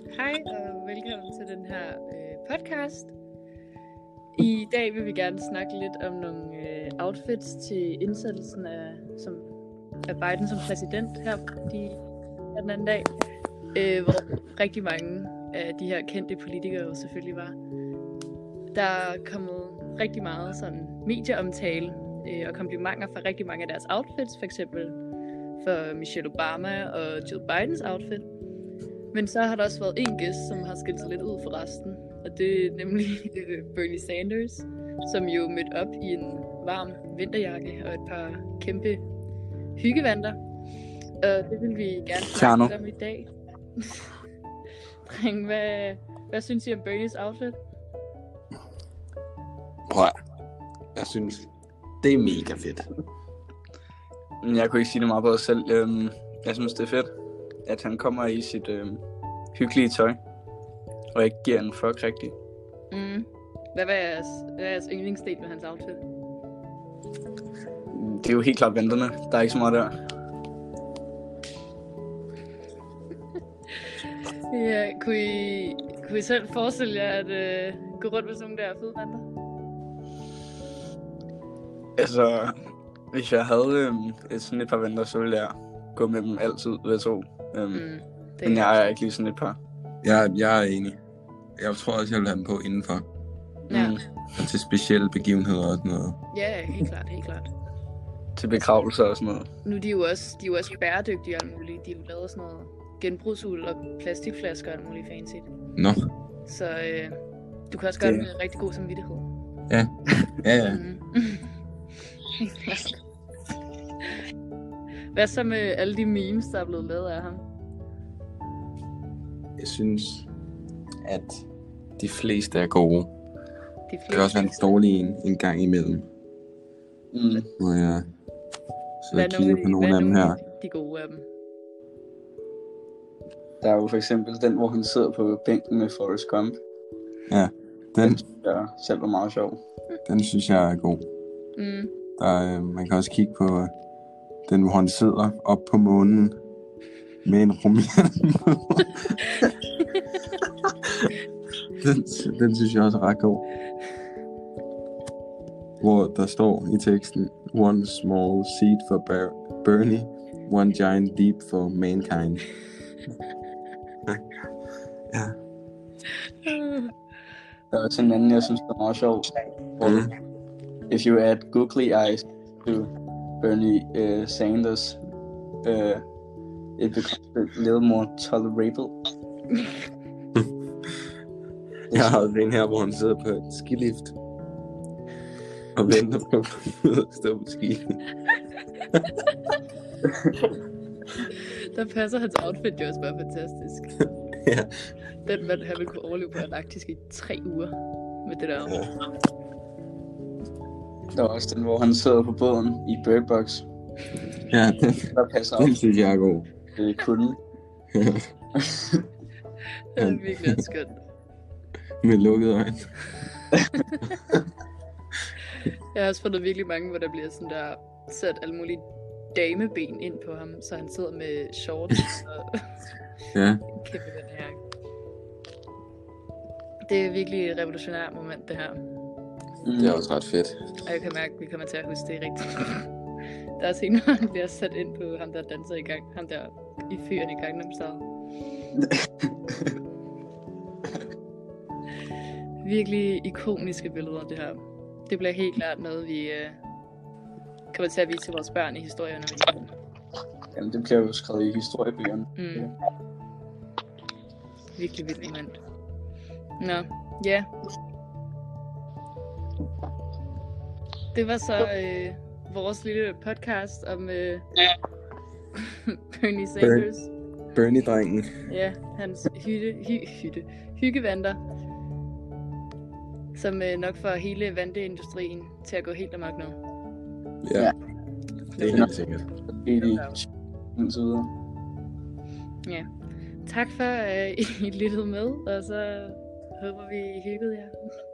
Hej og velkommen til den her podcast. I dag vil vi gerne snakke lidt om nogle outfits til indsættelsen af Biden som præsident her den anden dag, hvor rigtig mange af de her kendte politikere jo selvfølgelig var. Der er kommet rigtig meget sådan medieomtale og komplimenter for rigtig mange af deres outfits, for eksempel for Michelle Obama og Joe Bidens outfit. Men så har der også været en gæst, som har skilt sig lidt ud for resten, og det er nemlig Bernie Sanders, som jo mødte op i en varm vinterjakke og et par kæmpe hyggevanter. Og det vil vi gerne snakke lidt om i dag. Dreng, hvad synes I om Bernies outfit? Prøv, jeg synes, det er mega fedt. Jeg kunne ikke sige det meget på os selv. Jeg synes, det er fedt, at han kommer i sit hyggelige tøj, og ikke giver en fuck rigtig. Hvad er jeres yndlingsdel med hans outfit? Det er jo helt klart venterne. Der er ikke så meget der. Ja, kunne I selv forestille jer at gå rundt med sådan nogle der fede vanter? Altså, hvis jeg havde sådan et par venter, så ville jeg gå med dem altid, ved jeg tro. Men jeg er ikke lige sådan et par. Jeg er enig. Jeg tror også, jeg vil have dem på indenfor. Ja. Og til specielle begivenheder og sådan noget. Ja, helt klart. Til begravelser og sådan noget. Nu er de jo også bæredygtige og alt muligt. De har jo lavet sådan noget genbrugsuld og plastikflasker og alt muligt fancy. Nå. Så du kan også gøre det med rigtig god samvittighed. Ja. Hvad så med alle de memes, der er blevet lavet af ham? Jeg synes, at de fleste er gode. Det kan også være en dårlig en gang imellem. Hvor jeg sidder og kigger på nogle af dem her. De gode af dem. Der er jo for eksempel den, hvor han sidder på bænken med Forrest Gump. Ja, den der selv var meget sjov. Den synes jeg er god. Man kan også kigge på den, hvor han sidder op på månen med en rumhjelm. den synes jeg også er ret god. Hvor der står i teksten: One small seed for Bernie, one giant leap for mankind. Ja. Der er også en anden, jeg synes, der er meget sjov. If you add googly eyes to Bernie Sanders, it becomes a little more tolerable. Jeg har den her, hvor han sidder på et skilift og venter på at stå på ski. Der passer hans outfit jo også bare fantastisk. Ja. Den mand, han ville kunne overleve på Antarktis i 3 uger med det der. Ja. Der er også den, hvor han sidder på båden i Bird Box. Ja, den synes jeg er god. Det er kunde. Det er virkelig skønt. Med lukkede øjne. Jeg har også fundet virkelig mange, hvor der bliver sådan der sat alle mulige dameben ind på ham, så han sidder med shorts og kæmpe den her. Det er virkelig et revolutionært moment, det her. Det er også ret fedt. Og jeg kan mærke, at vi kommer til at huske det rigtigt. Der er også en, hvor han bliver sat ind på ham, der danser i gang. Ham der i fyren i Gangnam Style. Virkelig ikoniske billeder, det her. Det bliver helt klart noget, vi kommer til at vise til vores børn i historierne. Jamen, det bliver jo skrevet i historiebøgerne. Virkelig vildt moment. Nå, ja. Det var så vores lille podcast om Bernie Sanders. Bernie-drengen. Ja, hans hyggevanter, som nok får hele vandeindustrien til at gå helt amok nu. Ja, det er helt sikkert. Indtil videre. Ja, tak for at I lyttede med, og så håber vi, I hyggede jer.